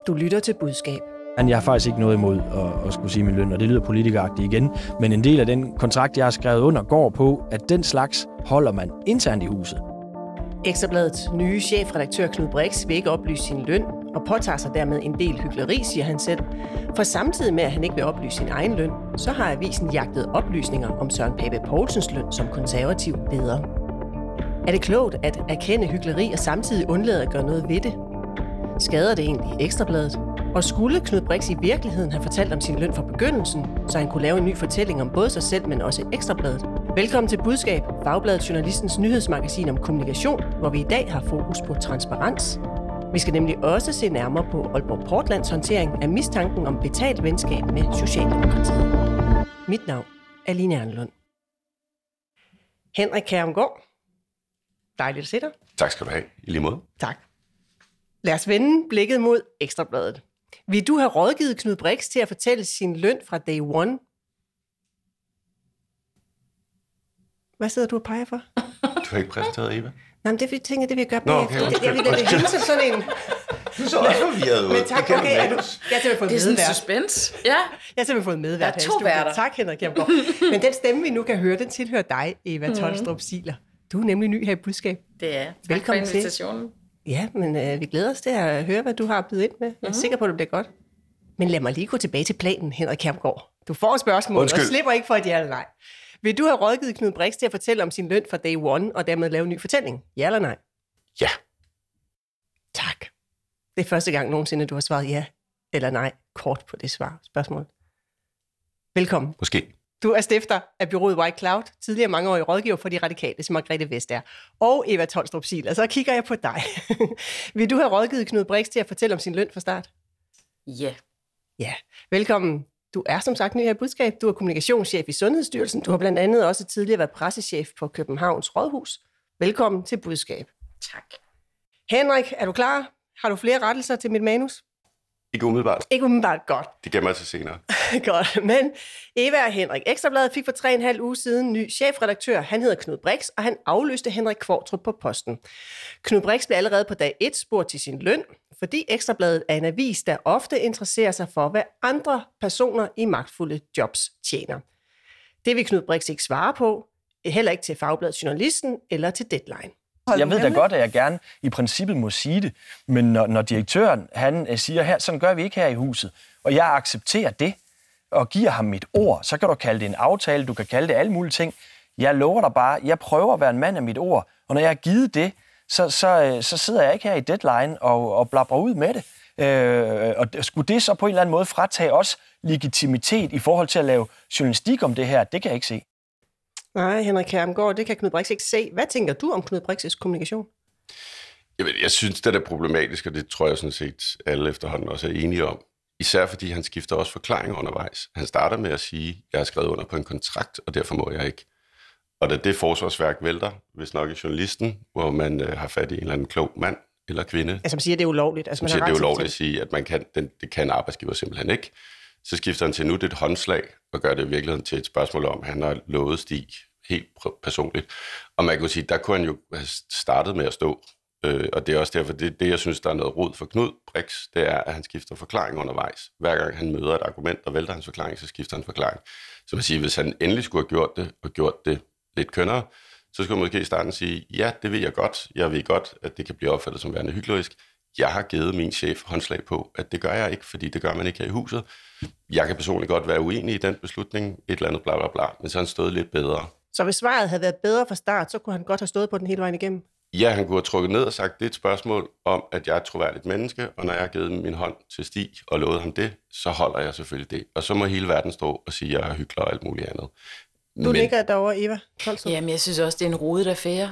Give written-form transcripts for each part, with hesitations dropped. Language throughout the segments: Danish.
Du lytter til Budskab. Jeg har faktisk ikke noget imod at skulle sige min løn, og det lyder politikeragtigt igen. Men en del af den kontrakt, jeg har skrevet under, går på, at den slags holder man internt i huset. Ekstrabladets nye chefredaktør Knud Brix vil ikke oplyse sin løn, og påtager sig dermed en del hykleri, siger han selv. For samtidig med, at han ikke vil oplyse sin egen løn, så har avisen jagtet oplysninger om Søren Pape Poulsens løn som konservativ leder. Er det klogt at erkende hykleri og samtidig undlade at gøre noget ved det? Skader det egentlig Ekstrabladet? Og skulle Knud Brix i virkeligheden have fortalt om sin løn fra begyndelsen, så han kunne lave en ny fortælling om både sig selv, men også Ekstrabladet? Velkommen til Budskab, Fagbladet Journalistens nyhedsmagasin om kommunikation, hvor vi i dag har fokus på transparens. Vi skal nemlig også se nærmere på Aalborg Portlands håndtering af mistanken om betalt venskab med Socialdemokratiet. Mit navn er Line Erlund. Henrik Kærumgaard. Dejligt at se dig. Tak skal du have. I lige måde. Tak. Lad os vende blikket mod Ekstrabladet. Vil du have rådgivet Knud Brix til at fortælle sin løn fra day one? Hvad sidder du og peger for? Du har ikke præsenteret Eva? Nej, men det vil jeg det vil jeg gøre bagefter. Okay. Jeg vil lade det hænge som sådan en... Du så også forvirret ud. Men tak, okay. Jeg har simpelthen fået det er sådan medvært. suspense. Ja. Jeg har simpelthen fået medvært. Der er to værter. Tak, Henrik Kærumgaard. Men den stemme, vi nu kan høre, den tilhører dig, Eva Tolstrup Siler. Du er nemlig ny her i Budskab. Det er. Tak Velkommen for invitationen. Ja, men vi glæder os til at høre, hvad du har at byde ind med. Jeg er sikker på, at det bliver godt. Men lad mig lige gå tilbage til planen, Henrik Kærumgaard. Du får et spørgsmål, og slipper ikke for et ja eller nej. Vil du have rådgivet Knud Brix til at fortælle om sin løn fra day one, og dermed lave en ny fortælling? Ja eller nej? Ja. Tak. Det er første gang nogensinde, du har svaret ja eller nej kort på det spørgsmål. Velkommen. Måske. Du er stifter af bureauet White Cloud, tidligere mangeårig rådgiver for de radikale, som Margrethe Vestager, og Eva Tolstrup Siler. Så kigger jeg på dig. Vil du have rådgivet Knud Brix til at fortælle om sin løn fra start? Ja. Ja. Velkommen. Du er som sagt ny her i Budskab. Du er kommunikationschef i Sundhedsstyrelsen. Du har blandt andet også tidligere været pressechef på Københavns Rådhus. Velkommen til Budskab. Tak. Henrik, er du klar? Har du flere rettelser til mit manus? Ikke umiddelbart. Ikke umiddelbart, godt. Det gemmer jeg til senere. Godt, men Eva og Henrik. Ekstrabladet fik for 3,5 uger siden ny chefredaktør. Han hedder Knud Brix, og han afløste Henrik Qvortrup på posten. Knud Brix blev allerede på dag 1 spurgt til sin løn, fordi Ekstrabladet er en avis, der ofte interesserer sig for, hvad andre personer i magtfulde jobs tjener. Det vil Knud Brix ikke svare på, heller ikke til Fagbladet Journalisten eller til Deadline. Jeg ved da godt, at jeg gerne i princippet må sige det, men når direktøren han siger her, sådan gør vi ikke her i huset, og jeg accepterer det og giver ham mit ord, så kan du kalde det en aftale, du kan kalde det alle mulige ting. Jeg lover dig bare, jeg prøver at være en mand af mit ord, og når jeg har givet det, så sidder jeg ikke her i Deadline og blabrer ud med det. Og skulle det så på en eller anden måde fratage os legitimitet i forhold til at lave journalistik om det her, det kan jeg ikke se. Nej, Henrik Kærumgaard, det kan Knud Brix ikke se. Hvad tænker du om Knud Brix' kommunikation? Jeg synes, det er problematisk, og det tror jeg sådan set alle efterhånden også er enige om. Især fordi han skifter også forklaringer undervejs. Han starter med at sige, at jeg har skrevet under på en kontrakt, og derfor må jeg ikke. Og da det forsvarsværk vælter, hvis nok i journalisten, hvor man har fat i en eller anden klog mand eller kvinde. Altså man siger, at det er ulovligt. Altså, man siger, det er ulovligt at sige, at man kan, det kan arbejdsgiver simpelthen ikke. Så skifter han til nu det et håndslag, og gør det i virkeligheden til et spørgsmål om, at han har lovet Stig helt personligt. Og man kan sige, der kunne han jo have startet med at stå. Og det er også derfor, det jeg synes, der er noget rod for Knud Brix, det er, at han skifter forklaring undervejs. Hver gang han møder et argument, og vælter hans forklaring, så skifter han forklaring. Så man siger, hvis han endelig skulle have gjort det, og gjort det lidt kønnere, så skulle man måske i starten sige, ja, det ved jeg godt. Jeg ved godt, at det kan blive opfattet som værende hyklerisk. Jeg har givet min chef håndslag på, at det gør jeg ikke, fordi det gør man ikke her i huset. Jeg kan personligt godt være uenig i den beslutning, et eller andet bla bla bla, men så har han stået lidt bedre. Så hvis svaret havde været bedre fra start, så kunne han godt have stået på den hele vejen igennem? Ja, han kunne have trukket ned og sagt, det er et spørgsmål om, at jeg er et troværdigt menneske, og når jeg har givet min hånd til Stig og lovet ham det, så holder jeg selvfølgelig det. Og så må hele verden stå og sige, at jeg er hyggelig og alt muligt andet. Du ligger derovre, Eva. Jamen, jeg synes også, det er en rodet affære,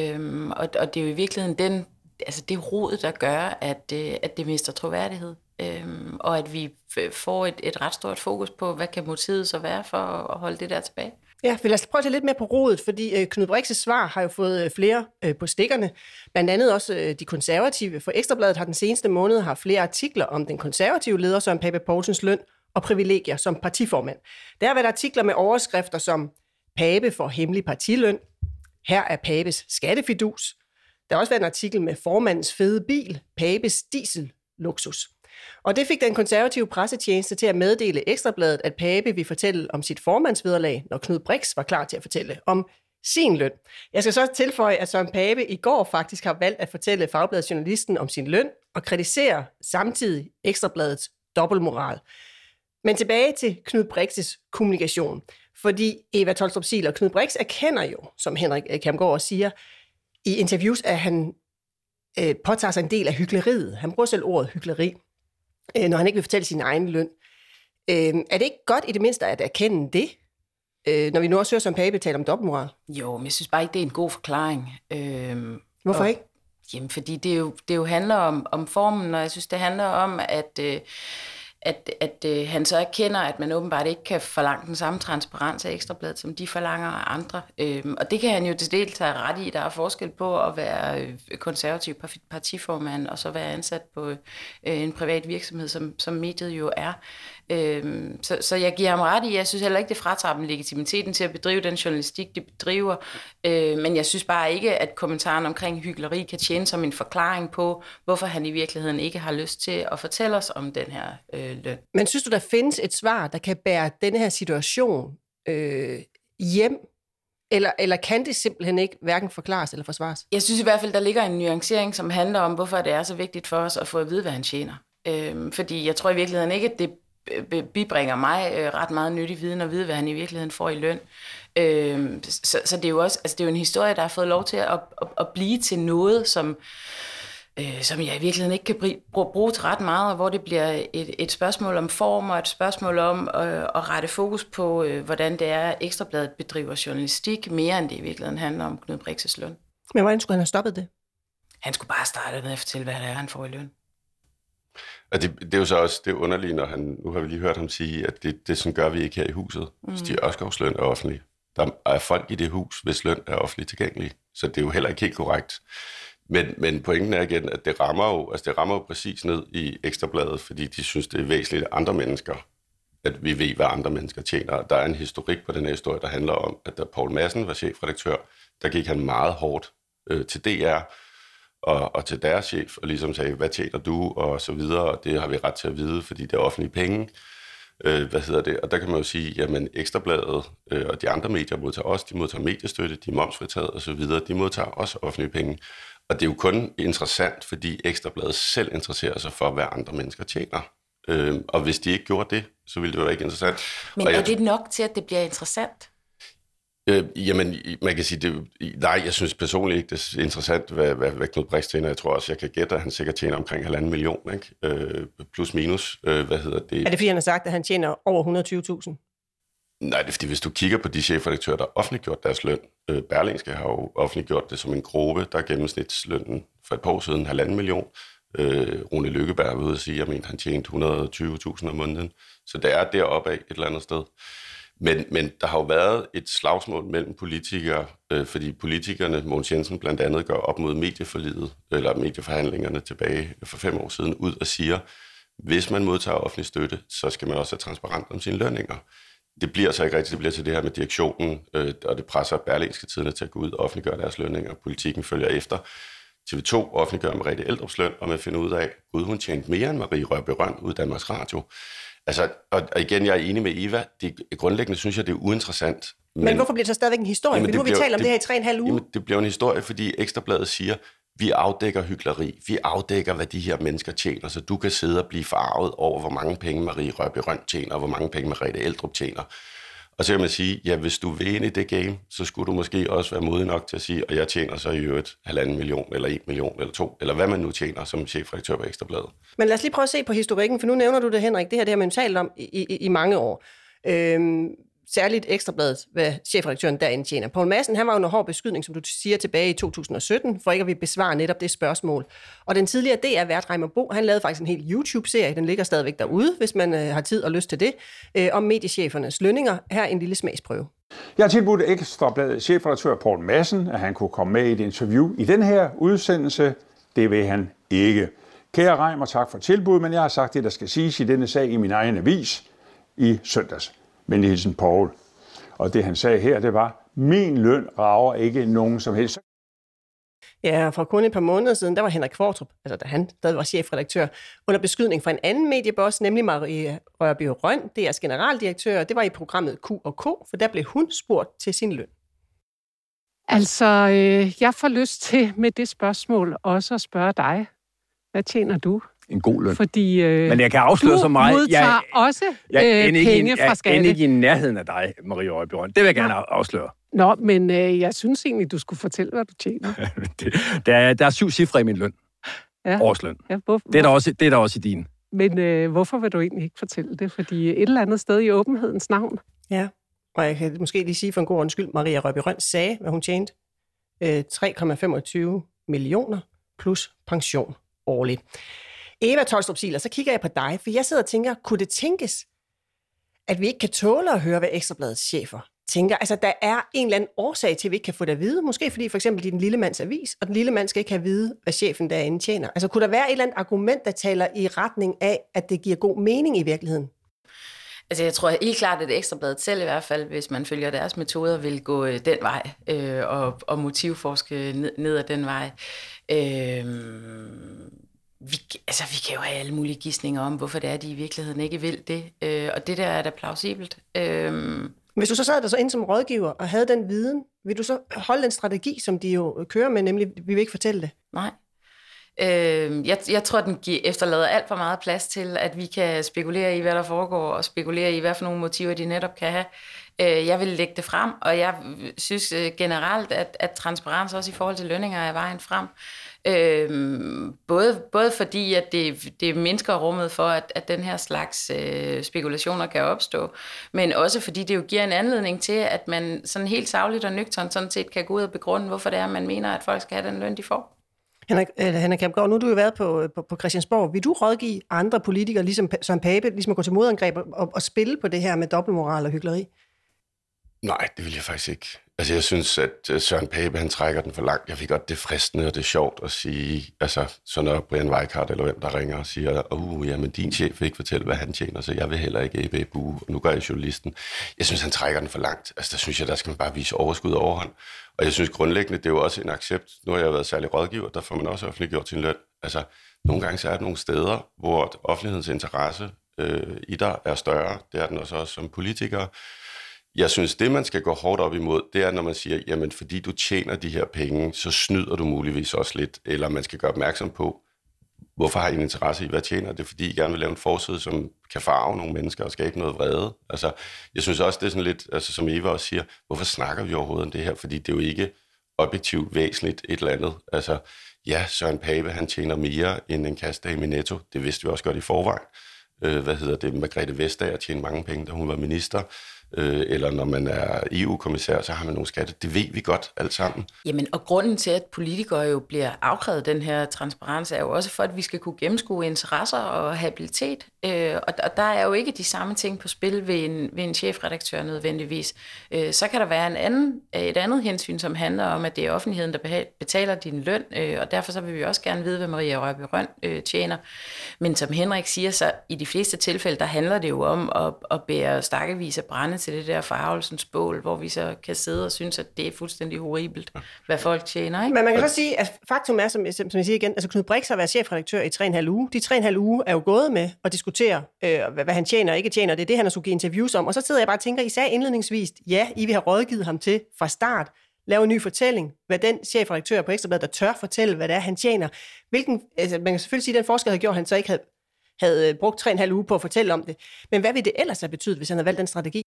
og det er jo i virkeligheden det rod, der gør, at det mister troværdighed, og at vi får et ret stort fokus på, hvad kan motivet så være for at holde det der tilbage. Ja, lad os prøve at tage lidt mere på rodet, fordi Knud Brix' svar har jo fået flere på stikkerne. Blandt andet også de konservative, for Ekstrabladet har den seneste måned haft flere artikler om den konservative leder Søren Pape Poulsens løn og privilegier som partiformand. Der har været artikler med overskrifter som Pape får hemmelig partiløn, her er Papes skattefidus. Der har også været en artikel med formandens fede bil, Papes dieselluksus. Og det fik den konservative pressetjeneste til at meddele Ekstrabladet, at Pape vil fortælle om sit formandsvederlag, når Knud Brix var klar til at fortælle om sin løn. Jeg skal så tilføje, at Søren Pape i går faktisk har valgt at fortælle Fagbladet Journalisten om sin løn og kritisere samtidig Ekstrabladets dobbeltmoral. Men tilbage til Knud Brix' kommunikation. Fordi Eva Tolstrup Ziel og Knud Brix erkender jo, som Henrik Kjærgaard også siger, i interviews, at han påtager sig en del af hykleriet. Han bruger selv ordet hykleri, når han ikke vil fortælle sin egen løn. Er det ikke godt i det mindste at erkende det, når vi nu også hører som Pape tale om dobbeltmoral? Jo, men jeg synes bare ikke, det er en god forklaring. Hvorfor ikke? Jamen, fordi det jo handler om formen, og jeg synes, det handler om, at han så erkender, at man åbenbart ikke kan forlange den samme transparens af Ekstrabladet, som de forlanger af andre. Og det kan han jo til del tage ret i. Der er forskel på at være konservativ partiformand, og så være ansat på en privat virksomhed, som mediet jo er. Så jeg giver ham ret i. Jeg synes heller ikke, det fratager dem legitimiteten til at bedrive den journalistik, de bedriver. Men jeg synes bare ikke, at kommentaren omkring hykleri kan tjene som en forklaring på, hvorfor han i virkeligheden ikke har lyst til at fortælle os om den her løn. Men synes du, der findes et svar, der kan bære denne her situation hjem? Eller kan det simpelthen ikke hverken forklares eller forsvares? Jeg synes i hvert fald, der ligger en nuancering, som handler om, hvorfor det er så vigtigt for os at få at vide, hvad han tjener. Fordi jeg tror i virkeligheden ikke, at det bibringer mig ret meget nyttig viden at vide, hvad han i virkeligheden får i løn. Så det er jo også, altså det er jo en historie, der har fået lov til at blive til noget, som jeg i virkeligheden ikke kan bruge til ret meget, og hvor det bliver et spørgsmål om form, og et spørgsmål om at rette fokus på, hvordan det er, Ekstrabladet bedriver journalistik, mere end det i virkeligheden handler om Knud Brix' løn. Men hvordan skulle han have stoppet det? Han skulle bare starte med at fortælle, hvad det er, han får i løn. Og det er jo så også det underlige, når nu har vi lige hørt ham sige, at det sådan gør vi ikke her i huset. Stig Ørskou's løn er offentlig. Der er folk i det hus, hvis løn er offentligt tilgængelig. Så det er jo heller ikke helt korrekt. Men pointen er igen, at det rammer jo præcis ned i Ekstrabladet, fordi de synes, det er væsentligt, at andre mennesker, at vi ved, hvad andre mennesker tjener. Der er en historik på den her historie, der handler om, at da Poul Madsen var chefredaktør, der gik han meget hårdt til DR og til deres chef, og ligesom sagde, hvad tjener du, og så videre, og det har vi ret til at vide, fordi det er offentlige penge. Og der kan man jo sige, jamen Ekstrabladet og de andre medier modtager også, de modtager mediestøtte, de er momsfritaget og så videre, de modtager også offentlige penge. Og det er jo kun interessant, fordi Ekstrabladet selv interesserer sig for, hvad andre mennesker tjener. Og hvis de ikke gjorde det, så ville det jo ikke interessant. Men er det nok til, at det bliver interessant? Jamen, man kan sige, nej, jeg synes personligt ikke, det er interessant, hvad Knud Brix tjener. Jeg tror også, jeg kan gætte, at han sikkert tjener omkring 1,5 million, ikke? Plus minus. Er det fordi, han har sagt, at han tjener over 120.000? Nej, det er fordi, hvis du kigger på de chefredaktører, der har offentliggjort deres løn, Berlingske har jo offentliggjort det som en gruppe, der er gennemsnitslønnen for et par år siden 1,5 million. Rune Lykkeberg vil ude at sige, at han tjente 120.000 om måneden. Så det er deroppe af et eller andet sted. Men der har jo været et slagsmål mellem politikere, fordi politikerne, Mogens Jensen blandt andet, gør op mod medieforliget, eller medieforhandlingerne tilbage for 5 år siden, ud og siger, hvis man modtager offentlig støtte, så skal man også være transparent om sine lønninger. Det bliver så ikke rigtigt, det bliver til det her med direktionen, og det presser Berlingske Tidende til at gå ud og offentliggøre deres lønninger. Politikken følger efter. TV2 offentliggør Merete Eldrups løn, og man finder ud af, gud, hun tjente mere end Marie Rørby Rønn ud af Danmarks Radio. Altså, og igen, jeg er enig med Eva, grundlæggende synes jeg, det er uinteressant. Men hvorfor bliver det så stadigvæk en historie? Jamen, nu har vi talt om det her i 3,5 uger. Jamen, det bliver en historie, fordi Ekstrabladet siger, vi afdækker hykleri, vi afdækker, hvad de her mennesker tjener, så du kan sidde og blive forarvet over, hvor mange penge Marie Rørby Rønn tjener, og hvor mange penge Merete Eldrup tjener. Og så kan man sige, ja, hvis du vil ind i det game, så skulle du måske også være modig nok til at sige, og jeg tjener så i øvrigt 1,5 million, eller 1 million, eller 2, eller hvad man nu tjener som chefredaktør på Ekstrabladet. Men lad os lige prøve at se på historikken, for nu nævner du det, Henrik. Det her har man talt om i mange år. Særligt Ekstrabladet, hvad chefredaktøren derinde tjener. Poul Madsen, han var under hård beskydning, som du siger, tilbage i 2017, for ikke at vi besvare netop det spørgsmål. Og den tidligere DR-vært Reimer Bo, han lavede faktisk en hel YouTube-serie, den ligger stadigvæk derude, hvis man har tid og lyst til det, om mediechefernes lønninger. Her en lille smagsprøve. Jeg har tilbudt Ekstrabladet chefredaktør Poul Madsen, at han kunne komme med i et interview i den her udsendelse. Det vil han ikke. Kære Reimer, tak for tilbuddet, men jeg har sagt det, der skal siges i denne sag i min egen avis i søndags. Venlig hilsen Poul. Og det han sagde her, det var, min løn rager ikke nogen som helst. Ja, for kun et par måneder siden, der var Henrik Qvortrup, altså da han stadig var chefredaktør, under beskydning fra en anden medieboss, nemlig Marie Rørby Rønn, DR's generaldirektør. Det var i programmet Q&K, for der blev hun spurgt til sin løn. Altså, jeg får lyst til med det spørgsmål også at spørge dig. Hvad tjener du? En god løn. Fordi men jeg kan afsløre så meget. Du modtager også penge fra skatte. Jeg er ikke i nærheden af dig, Marie Rørby Rønn. Det vil jeg gerne afsløre. Nå, men jeg synes egentlig, du skulle fortælle, hvad du tjener. Der er 7 cifre i min løn. Ja. Årsløn. Ja, det er der også i din. Men hvorfor vil du egentlig ikke fortælle det? Fordi et eller andet sted i åbenhedens navn. Ja, og jeg kan måske lige sige for en god undskyld, Maria Rørby Rønn sagde, hvad hun tjente. 3,25 millioner plus pension årligt. Eva Tolstrup Siler, så kigger jeg på dig, for jeg sidder og tænker, kunne det tænkes, at vi ikke kan tåle at høre, hvad Ekstrabladets chefer tænker? Altså, der er en eller anden årsag til, at vi ikke kan få det at vide. Måske fordi for eksempel i Den Lille Mands Avis, og Den Lille Mand skal ikke have at vide, hvad chefen derinde tjener. Altså, kunne der være et eller andet argument, der taler i retning af, at det giver god mening i virkeligheden? Altså, jeg tror helt klart, at Ekstrabladet selv i hvert fald, hvis man følger deres metoder, vil gå den vej og motivforske ned ad den vej. Vi kan jo have alle mulige gidsninger om, hvorfor det er, de i virkeligheden ikke vil det. Og det der er da plausibelt. Hvis du så sad der så ind som rådgiver og havde den viden, vil du så holde den strategi, som de jo kører med, nemlig vi vil ikke fortælle det? Nej. Jeg tror, den efterlader alt for meget plads til, at vi kan spekulere i, hvad der foregår, og spekulere i, hvad for nogle motiver de netop kan have. Jeg vil lægge det frem, og jeg synes generelt, at transparens også i forhold til lønninger er vejen frem. Både fordi, at det mindsker rummet for, at den her slags spekulationer kan opstå, men også fordi det jo giver en anledning til, at man sådan helt sagligt og nøgternt sådan set kan gå ud og begrunde, hvorfor det er, man mener, at folk skal have den løn, de får. Henrik Kjærgaard, nu har du jo været på Christiansborg. Vil du rådgive andre politikere, ligesom Søren Pape, ligesom at gå til modangreb og spille på det her med dobbeltmoral og hykleri? Nej, det vil jeg faktisk ikke. Altså, jeg synes, at Søren Pape, han trækker den for langt. Jeg ved godt, det er fristende, og det er sjovt at sige, altså, så når Brian Weikart eller hvem, der ringer og siger, jamen, din chef vil ikke fortælle, hvad han tjener, så jeg vil heller ikke og nu gør jeg journalisten. Jeg synes, han trækker den for langt. Altså, der synes jeg, der skal man bare vise overskud og overhånd. Og jeg synes grundlæggende, det er jo også en accept. Nu har jeg været særlig rådgiver, der får man også offentliggjort sin løn. Altså, nogle gange så er der nogle steder, hvor offentlighedens interesse i dig er større. Det er den også som politiker. Jeg synes, det man skal gå hårdt op imod, det er, når man siger, jamen fordi du tjener de her penge, så snyder du muligvis også lidt. Eller man skal gøre opmærksom på, hvorfor har I en interesse i, hvad tjener? Det er fordi, I gerne vil lave en forside, som kan farve nogle mennesker og skabe noget vrede. Altså, jeg synes også, det er sådan lidt, altså, som Eva også siger, hvorfor snakker vi overhovedet om det her? Fordi det er jo ikke objektivt væsentligt et eller andet. Altså, ja, Søren Pape, han tjener mere end en kastdame i Netto. Det vidste vi også godt i forvejen. Margrethe Vestager tjener mange penge, da hun var minister. Eller når man er EU-kommissær, så har man nogle skatter. Det ved vi godt alt sammen. Jamen, og grunden til, at politikere jo bliver afkrævet den her transparens, er jo også for, at vi skal kunne gennemskue interesser og habilitet. Og der er jo ikke de samme ting på spil ved en chefredaktør nødvendigvis. Så kan der være et andet hensyn, som handler om, at det er offentligheden, der betaler din løn, og derfor så vil vi også gerne vide, hvad Maria Rørby Rønn tjener. Men som Henrik siger, så i de fleste tilfælde, der handler det jo om at bære stakkevis af brænde til det der forargelsens bål, hvor vi så kan sidde og synes, at det er fuldstændig horribelt, hvad folk tjener, ikke? Men man kan så sige, at faktum er, som jeg siger igen, altså Knud Brix har været chefredaktør i 3,5 uger. De 3,5 uger er jo gået med at diskutere, hvad han tjener og ikke tjener. Det er det, han har skulle give interviews om. Og så sidder jeg bare og tænker, I sagde indledningsvis, ja, I vil have rådgivet ham til fra start, lave en ny fortælling, hvad den chefredaktør på Ekstrabladet, der tør fortælle, hvad det er, han tjener. Altså, man kan selvfølgelig sige, at den forskel havde gjort, at han så ikke havde brugt 3,5 uger på at fortælle om det. Men hvad vil det ellers have betydet, hvis han havde valgt den strategi?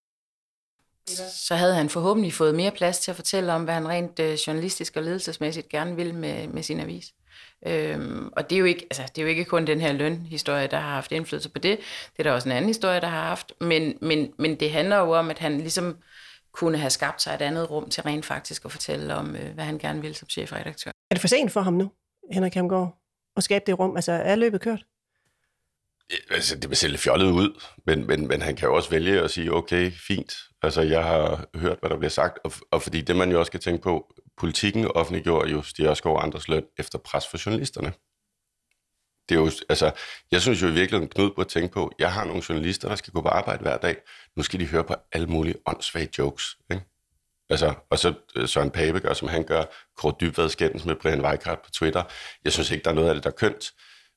Så havde han forhåbentlig fået mere plads til at fortælle om, hvad han rent journalistisk og ledelsesmæssigt gerne vil med sin avis. Og det er jo ikke kun den her lønhistorie, der har haft indflydelse på det. Det er der også en anden historie, der har haft. Men det handler jo om, at han ligesom kunne have skabt sig et andet rum til rent faktisk at fortælle om, hvad han gerne vil som chefredaktør. Er det for sent for ham nu, Henrik Kjærgaard, at skabe det rum? Altså, er løbet kørt? Altså, det vil se lidt fjollet ud, men han kan jo også vælge at sige, okay, fint. Altså, jeg har hørt, hvad der bliver sagt, og fordi det, man jo også skal tænke på, politikken offentliggjorde jo Stig Ørskov Andres løn efter pres for journalisterne. Det er jo, altså, jeg synes jo i virkeligheden, Knud burde tænke på, jeg har nogle journalister, der skal gå på arbejde hver dag. Nu skal de høre på alle mulige åndssvage jokes, ikke? Altså, og så Søren Pape gør, som han gør, Kåre Dybvad skændes med Brian Weikart på Twitter. Jeg synes ikke, der er noget af det, der er kønt.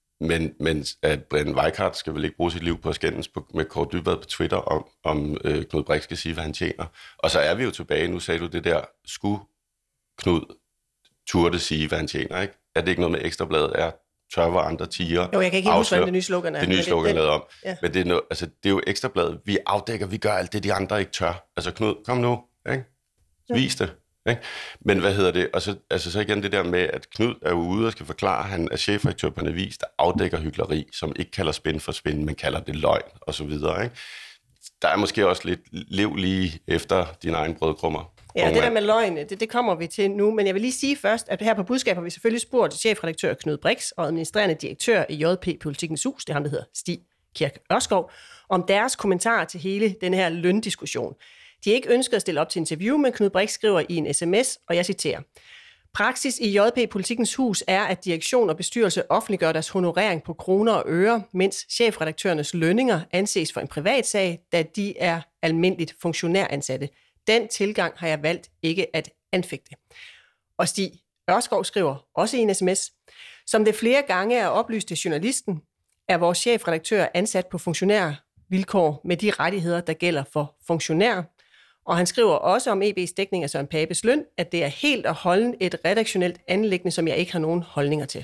Men at Brian Weikart skal vel ikke bruge sit liv på at skændes med Kåre Dybvad på Twitter, om Knud Brix skal sige, hvad han tjener. Og så er vi jo tilbage. Nu sagde du det der, skulle Knud turde sige, hvad han tjener, ikke? Er det ikke noget med Ekstrabladet er tør, hvor andre tiger? Jo, jeg kan ikke helt huske, hvad det nye slogan er. Det nye slogan er lavet om. Ja. Men det er, det er jo Ekstrabladet. Vi afdækker, vi gør alt det, de andre ikke tør. Altså Knud, kom nu, ikke? Vis det. Ikke? Men hvad hedder det? Og så igen det der med, at Knud er ude og skal forklare, at han er chefredaktør på en avis, der afdækker hykleri, som ikke kalder spin for spin, men kalder det løgn, og så videre. Ikke? Der er måske også lidt lev lige efter dine egne brødkrummer. Ja, det der med løgn, det kommer vi til nu, men jeg vil lige sige først, at her på Budskab har vi selvfølgelig spurgt chefredaktør Knud Brix og administrerende direktør i JP Politikens Hus, det er ham, der hedder Stig Kirk Ørskov, om deres kommentarer til hele den her løndiskussion. De har ikke ønsket at stille op til interview, men Knud Brix skriver i en sms, og jeg citerer: Praksis i JP Politikens Hus er, at direktion og bestyrelse offentliggør deres honorering på kroner og øre, mens chefredaktørernes lønninger anses for en privatsag, da de er almindeligt funktionæransatte. Den tilgang har jeg valgt ikke at anfægte. Og Stig Ørskov skriver også i en sms: Som det flere gange er oplyst til journalisten, er vores chefredaktør ansat på funktionærvilkår med de rettigheder, der gælder for funktionærer. Og han skriver også om EB's dækning af Søren Papes løn, at det er helt og holdent et redaktionelt anliggende, som jeg ikke har nogen holdninger til.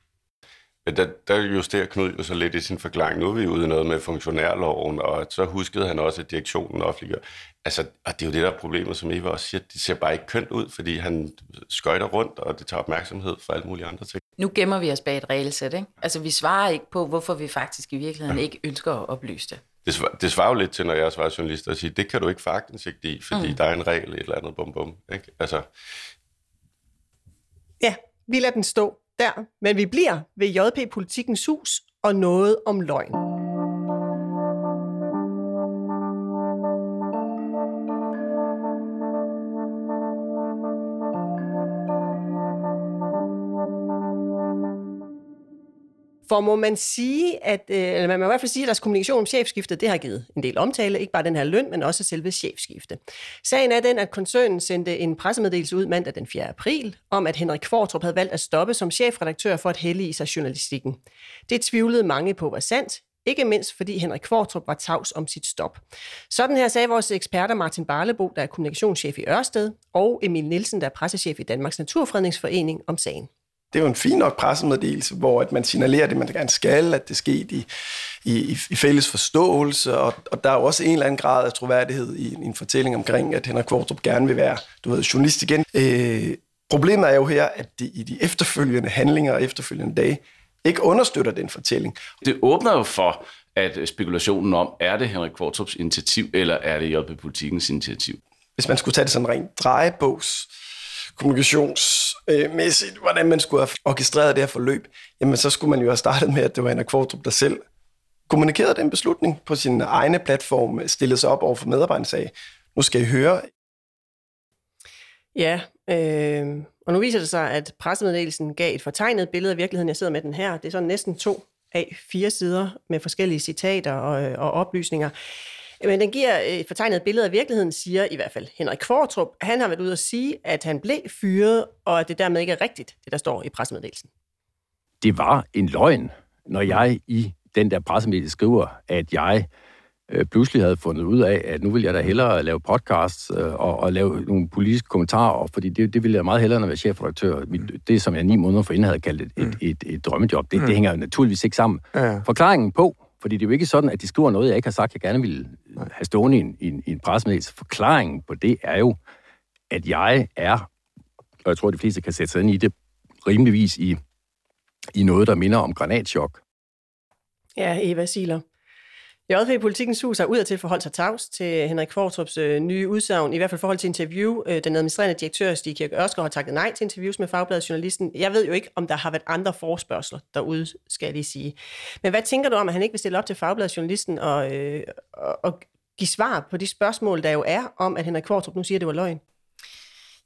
Men der justerer Knud jo så lidt i sin forklaring. Nu er vi ude i noget med funktionærloven, og så huskede han også, at direktionen offentliggør. Altså, og det er jo det, der er problemet, som Eva også siger. Det ser bare ikke kønt ud, fordi han skøjter rundt, og det tager opmærksomhed for alle mulige andre ting. Nu gemmer vi os bag et regelsæt, ikke? Altså, vi svarer ikke på, hvorfor vi faktisk i virkeligheden ikke ønsker at oplyse det. Det svarer jo lidt til, når jeg svarer journalister og siger, det kan du ikke få aktindsigt i, fordi der er en regel, et eller andet bum, ikke? Altså. Ja, vi lader den stå der, men vi bliver ved JP Politikens Hus og noget om løgn. For må man sige, eller man må i hvert fald sige, at deres kommunikation om chefskiftet, det har givet en del omtale, ikke bare den her løn, men også selve chefskifte. Sagen er den, at koncernen sendte en pressemeddelelse ud mandag den 4. april, om at Henrik Qvortrup havde valgt at stoppe som chefredaktør for at hellige sig journalistikken. Det tvivlede mange på var sandt, ikke mindst fordi Henrik Qvortrup var tavs om sit stop. Sådan her sagde vores eksperter Martin Barlebo, der er kommunikationschef i Ørsted, og Emil Nielsen, der er pressechef i Danmarks Naturfredningsforening, om sagen. Det er jo en fin nok pressemeddelelse, hvor at man signalerer det, man gerne skal, at det sker i fælles forståelse, og der er jo også en eller anden grad af troværdighed i en fortælling omkring, at Henrik Qvortrup gerne vil være journalist igen. Problemet er jo her, at det i de efterfølgende handlinger og efterfølgende dage ikke understøtter den fortælling. Det åbner jo for, at spekulationen om, er det Henrik Qvortrups initiativ, eller er det JP Politikens initiativ? Hvis man skulle tage det sådan rent drejebogs kommunikationsmæssigt, hvordan man skulle have orkestreret det her forløb, jamen så skulle man jo have startet med, at det var Henrik Qvortrup, der selv kommunikerede den beslutning på sin egne platform, stillede sig op over for medarbejderne og sagde, nu skal I høre. Ja, og nu viser det sig, at pressemeddelelsen gav et fortegnet billede af virkeligheden. Jeg sidder med den her. Det er sådan næsten 2 A4 sider med forskellige citater og oplysninger. Men den giver et fortegnet billede af virkeligheden, siger i hvert fald Henrik Qvortrup. Han har været ude at sige, at han blev fyret, og at det dermed ikke er rigtigt, det der står i pressemeddelelsen. Det var en løgn, når jeg i den der pressemeddelelse skriver, at jeg pludselig havde fundet ud af, at nu vil jeg da hellere lave podcasts og lave nogle politiske kommentarer, fordi det ville jeg meget hellere, når jeg var chefredaktør. Det, som jeg 9 måneder forinden havde kaldt et drømmejob, det hænger jo naturligvis ikke sammen. Ja. Forklaringen på, fordi det er jo ikke sådan, at de skriver noget, jeg ikke har sagt, jeg gerne ville have stående i en pressemeddelelse. Forklaringen på det er jo, at jeg er, og jeg tror, de fleste kan sætte sig ind i det, rimeligvis i noget, der minder om granatschok. Ja, Eva Siler. JP Politikens Hus har udadtil forholdt sig tavs til Henrik Qvortrups nye udsagn, i hvert fald forhold til interview. Den administrerende direktør, Stig Kirk Ørskov, har takket nej til interviews med Fagbladet Journalisten. Jeg ved jo ikke, om der har været andre forespørgsler derude, skal jeg lige sige. Men hvad tænker du om, at han ikke vil stille op til Fagbladet Journalisten og give svar på de spørgsmål, der jo er om, at Henrik Qvortrup nu siger, at det var løgn?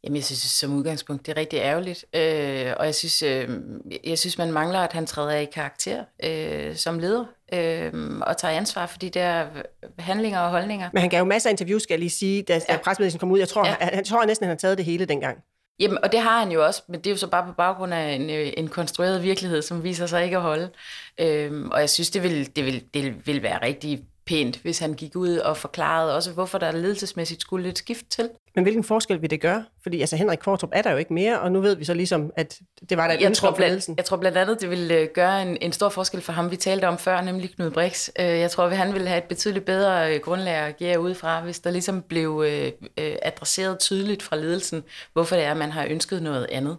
Jamen, jeg synes som udgangspunkt, det er rigtig ærgerligt. Og jeg synes, man mangler, at han træder af i karakter som leder og tager ansvar for de der handlinger og holdninger. Men han gav jo masser af interviews, skal jeg lige sige, da pressemeddelelsen kom ud. Jeg tror næsten, han har taget det hele dengang. Jamen, og det har han jo også, men det er jo så bare på baggrund af en konstrueret virkelighed, som viser sig ikke at holde. Og jeg synes, det vil være rigtig pænt, hvis han gik ud og forklarede også, hvorfor der ledelsesmæssigt skulle et skift til. Men hvilken forskel vil det gøre? Fordi altså, Henrik Qvortrup er der jo ikke mere, og nu ved vi så ligesom, at det var der et ønske for ledelsen. Jeg tror blandt andet, det vil gøre en stor forskel for ham, vi talte om før, nemlig Knud Brix. Jeg tror, at han ville have et betydeligt bedre grundlag at agere ud fra, hvis der ligesom blev adresseret tydeligt fra ledelsen, hvorfor det er, at man har ønsket noget andet.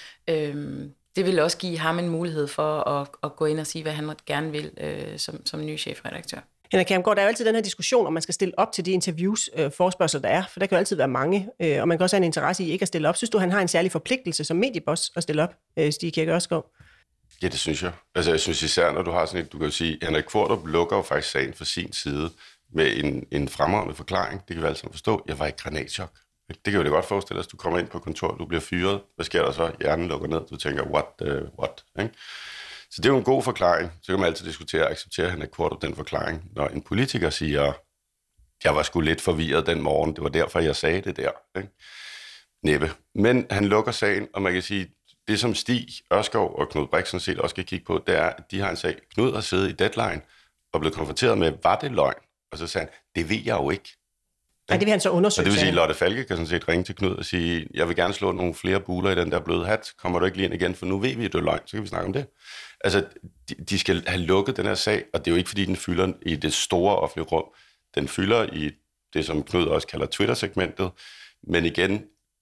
Det vil også give ham en mulighed for at gå ind og sige, hvad han gerne vil som ny chefredaktør. Henrik Kjærgaard, der er jo altid den her diskussion, om man skal stille op til de interviews, forespørgsler, der er, for der kan jo altid være mange, og man kan også have en interesse i ikke at stille op. Synes du, han har en særlig forpligtelse som medieboss at stille op, Stig Kirk Ørskov? Ja, det synes jeg. Altså, jeg synes især, når du har sådan et, du kan jo sige, Henrik Qvortrup lukker jo faktisk sagen fra sin side med en fremragende forklaring. Det kan vi alle sammen forstå. Jeg var i granatchok. Det kan jo det godt forestille os. Du kommer ind på kontor, du bliver fyret. Hvad sker der så? Hjernen lukker ned. Du tænker, what? Ikke? Så det er jo en god forklaring. Så kan man altid diskutere og acceptere Henrik Qvortrup den forklaring. Når en politiker siger, jeg var sgu lidt forvirret den morgen, det var derfor, jeg sagde det der. Ikke? Næppe. Men han lukker sagen, og man kan sige, det som Stig Ørskov og Knud Brix sådan set også skal kigge på, det er, at de har en sag. Knud har siddet i Deadline og blevet konfronteret med, var det løgn? Og så sagde han, det ved jeg jo ikke. Nej, det vil han så undersøge. Og det vil sige, at Lotte Falke kan sådan set ringe til Knud og sige, jeg vil gerne slå nogle flere buler i den der bløde hat. Kommer du ikke lige ind igen, for nu ved vi, at det er løgn, så kan vi snakke om det. Altså, de skal have lukket den her sag, og det er jo ikke, fordi den fylder i det store offentlige rum. Den fylder i det, som Knud også kalder Twitter-segmentet. Men igen,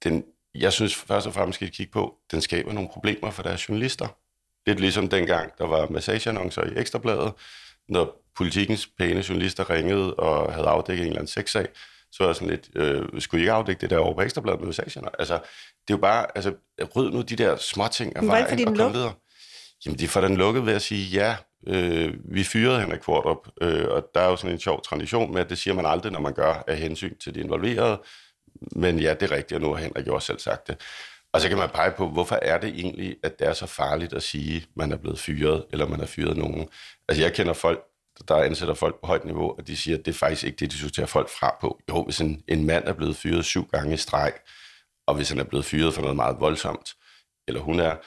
jeg synes først og fremmest skal kigge på, den skaber nogle problemer for deres journalister. Lidt ligesom dengang, der var massageannoncer i Ekstrabladet, når Politikens pæne journalister ringede og havde afdækket en eller anden sexsag, så var jeg sådan lidt, skulle I ikke afdække det der over på Ekstrabladet med massageannoncer? Altså, det er jo bare, ryd nu de der småting af vejen og kom videre. Jamen, de får den lukket ved at sige, ja, vi fyrede Henrik Qvortrup, og der er jo sådan en sjov tradition med, at det siger man aldrig, når man gør af hensyn til de involverede. Men ja, det er rigtigt, og nu har Henrik jo også selv sagt det. Og så kan man pege på, hvorfor er det egentlig, at det er så farligt at sige, at man er blevet fyret, eller man har fyret nogen. Altså, jeg kender folk, der ansætter folk på højt niveau, og de siger, at det er faktisk ikke det, de sorterer folk fra på. Jo, hvis en mand er blevet fyret 7 gange i streg, og hvis han er blevet fyret for noget meget voldsomt, eller hun er,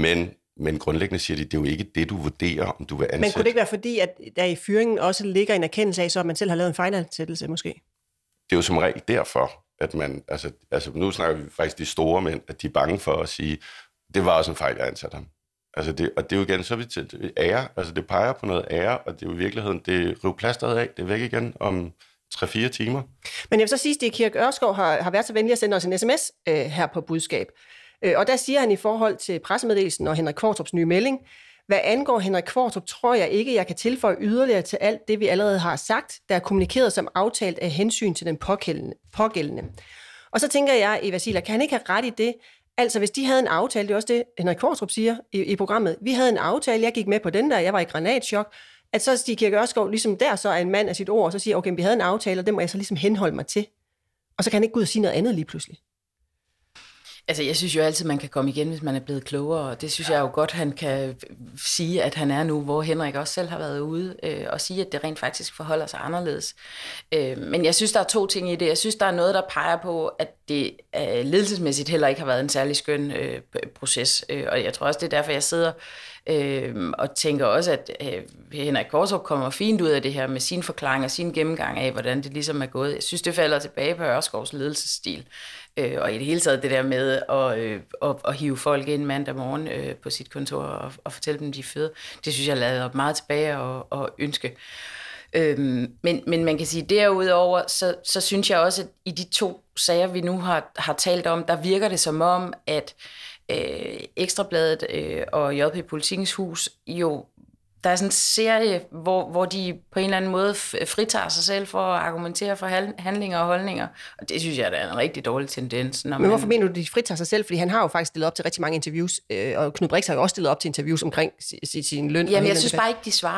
men grundlæggende siger de, det er jo ikke det, du vurderer, om du vil ansætte. Men kunne det ikke være fordi, at der i fyringen også ligger en erkendelse af, så at man selv har lavet en fejlansættelse måske? Det er jo som regel derfor, at man, altså nu snakker vi faktisk de store mænd, at de er bange for at sige, det var også en fejl, jeg ansatte ham. Altså og det er jo igen, så er vi til ære, altså det peger på noget ære, og det er jo i virkeligheden, det river plasteret af, det er væk igen om 3-4 timer. Men jeg vil så sige, at Stig Kirk Ørskov har været så venlig at sende os en sms her på budskab. Og der siger han i forhold til pressemeddelelsen og Henrik Qvortrups nye melding, hvad angår Henrik Qvortrup, tror jeg ikke, jeg kan tilføje yderligere til alt det, vi allerede har sagt, der er kommunikeret som aftalt af hensyn til den pågældende. Og så tænker jeg, Eva Sila, kan han ikke have ret i det? Altså, hvis de havde en aftale, det er også det, Henrik Qvortrup siger i programmet, vi havde en aftale, jeg gik med på den der, jeg var i granatchok, at så Stig Kirk Ørskov ligesom der så er en mand af sit ord, og så siger, okay, vi havde en aftale, og det må jeg så ligesom henholde mig til. Og så kan han ikke gå ud og sige noget andet lige pludselig. Altså, jeg synes jo altid, man kan komme igen, hvis man er blevet klogere, og det synes jeg jo godt, han kan sige, at han er nu, hvor Henrik også selv har været ude og sige, at det rent faktisk forholder sig anderledes. Men jeg synes, der er 2 ting i det. Jeg synes, der er noget, der peger på, at det ledelsesmæssigt heller ikke har været en særlig skøn proces, og jeg tror også, det er derfor, jeg sidder og tænker også, at Henrik Qvortrup kommer fint ud af det her med sin forklaring og sin gennemgang af, hvordan det ligesom er gået. Jeg synes, det falder tilbage på Ørskovs ledelsesstil. Og i det hele taget det der med at hive folk ind mandag morgen på sit kontor og fortælle dem, de er fede, det synes jeg lader meget tilbage og ønske. Men man kan sige, derudover, så synes jeg også, at i de 2 sager, vi nu har talt om, der virker det som om, at Ekstrabladet og JP Politikens Hus jo, der er sådan en serie, hvor de på en eller anden måde fritager sig selv for at argumentere for handlinger og holdninger. Og det synes jeg, der er en rigtig dårlig tendens. Men hvorfor mener du, de fritager sig selv? Fordi han har jo faktisk stillet op til rigtig mange interviews, og Knud Brix har jo også stillet op til interviews omkring sin løn. Jamen, jeg synes bare ikke, de svarer.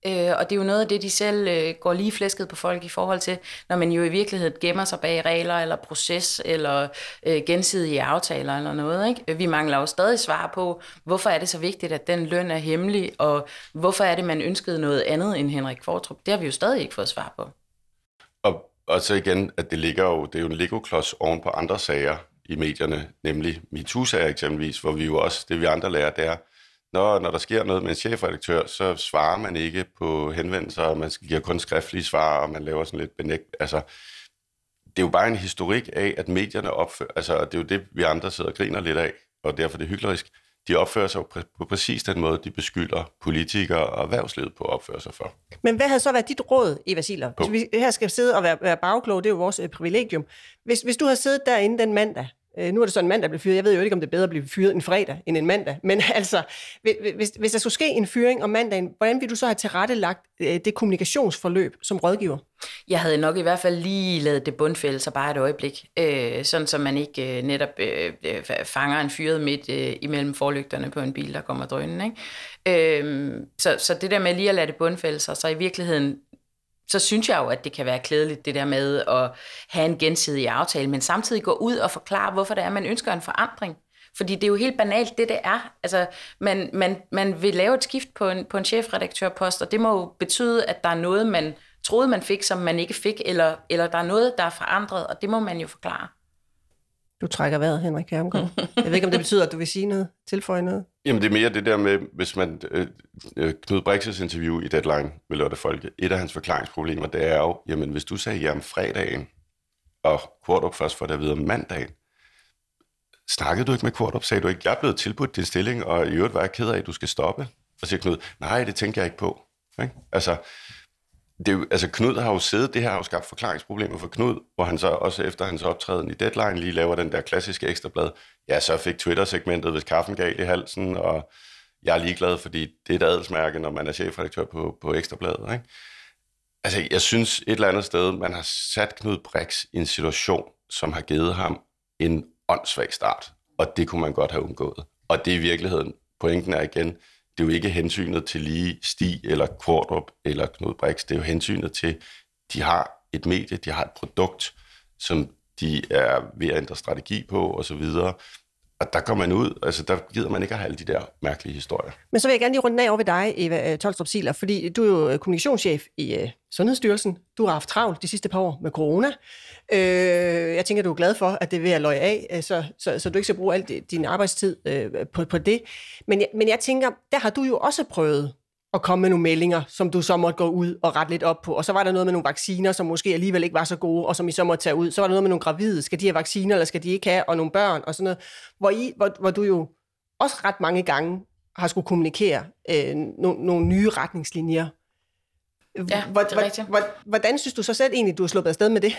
Og det er jo noget af det, de selv går lige flæsket på folk i forhold til, når man jo i virkeligheden gemmer sig bag regler eller proces eller gensidige aftaler eller noget. Ikke? Vi mangler jo stadig svar på, hvorfor er det så vigtigt, at den løn er hemmelig, og hvorfor er det, man ønskede noget andet end Henrik Qvortrup. Det har vi jo stadig ikke fået svar på. Og så igen, at det er jo en Lego-klods oven på andre sager i medierne, nemlig MeToo-sager eksempelvis, hvor vi jo også, det vi andre lærer, det er, når der sker noget med en chefredaktør, så svarer man ikke på henvendelser, og man giver kun skriftlige svar, og man laver sådan lidt benægt. Altså, det er jo bare en historik af, at medierne opfører, altså det er jo det, vi andre sidder og griner lidt af, og derfor det er hyklerisk. De opfører sig på præcis den måde, de beskylder politikere og erhvervslivet på at opføre sig for. Men hvad havde så været dit råd, Eva Ziegler? Hvis vi her skal sidde og være bagkloge, det er jo vores privilegium. Hvis du havde siddet derinde den mandag, nu er det så en mandag, der blev fyret. Jeg ved jo ikke, om det er bedre at blive fyret en fredag end en mandag. Men altså, hvis der skulle ske en fyring om mandagen, hvordan ville du så have tilrettelagt det kommunikationsforløb som rådgiver? Jeg havde nok i hvert fald lige lavet det bundfælde sig bare et øjeblik. Sådan, så man ikke netop fanger en fyret midt imellem forlygterne på en bil, der kommer drønende. Ikke? Så det der med lige at lade det bundfælde sig, så i virkeligheden så synes jeg jo, at det kan være klædeligt, det der med at have en gensidig aftale, men samtidig gå ud og forklare, hvorfor det er, man ønsker en forandring. Fordi det er jo helt banalt, det er. Altså, man vil lave et skift på en chefredaktørpost, og det må jo betyde, at der er noget, man troede, man fik, som man ikke fik, eller der er noget, der er forandret, og det må man jo forklare. Du trækker vejret, Henrik Kjermgaard. Jeg ved ikke, om det betyder, at du vil sige noget, tilføje noget. Jamen, det er mere det der med, hvis man... Knud Brix' interview i Deadline med Lotte Folke, et af hans forklaringsproblemer, det er jo, jamen, hvis du sagde ja om fredagen, og Qvortrup først får det at vide om mandagen, snakkede du ikke med Qvortrup? Sagde du ikke, jeg er blevet tilbudt din stilling, og i øvrigt var jeg ked af, at du skal stoppe? Og siger Knud, nej, det tænker jeg ikke på. Ikke? Altså, Knud har jo siddet, det her har jo skabt forklaringsproblemer for Knud, hvor han så også efter hans optræden i Deadline lige laver den der klassiske ekstrablad. Ja, så fik Twitter-segmentet, hvis kaffen galt i halsen, og jeg er ligeglad, fordi det er et adelsmærke, når man er chefredaktør på Ekstrabladet. Ikke? Altså, jeg synes et eller andet sted, man har sat Knud Brix i en situation, som har givet ham en åndssvag start, og det kunne man godt have undgået. Og det er i virkeligheden, pointen er igen, det er jo ikke hensynet til lige Stig eller Qvortrup eller Knud Brix, det er jo hensynet til, de har et medie, de har et produkt, som de er ved at ændre strategi på, og så videre. Og der går man ud, altså der gider man ikke at have alle de der mærkelige historier. Men så vil jeg gerne lige runde af over ved dig, Eva Tolstrup Ziegler, fordi du er jo kommunikationschef i Sundhedsstyrelsen. Du har haft travlt de sidste par år med corona. Jeg tænker, du er glad for, at det er ved at løje af, så du ikke skal bruge al din arbejdstid på det. Men jeg tænker, der har du jo også prøvet at komme med nogle meldinger, som du så måtte gå ud og rette lidt op på. Og så var der noget med nogle vacciner, som måske alligevel ikke var så gode, og som I så måtte tage ud. Så var der noget med nogle gravide. Skal de have vacciner, eller skal de ikke have? Og nogle børn og sådan noget. Hvor du jo også ret mange gange har skulle kommunikere nogle nye retningslinjer. Ja, det er rigtigt. Hvordan synes du så selv egentlig, du er sluppet afsted med det?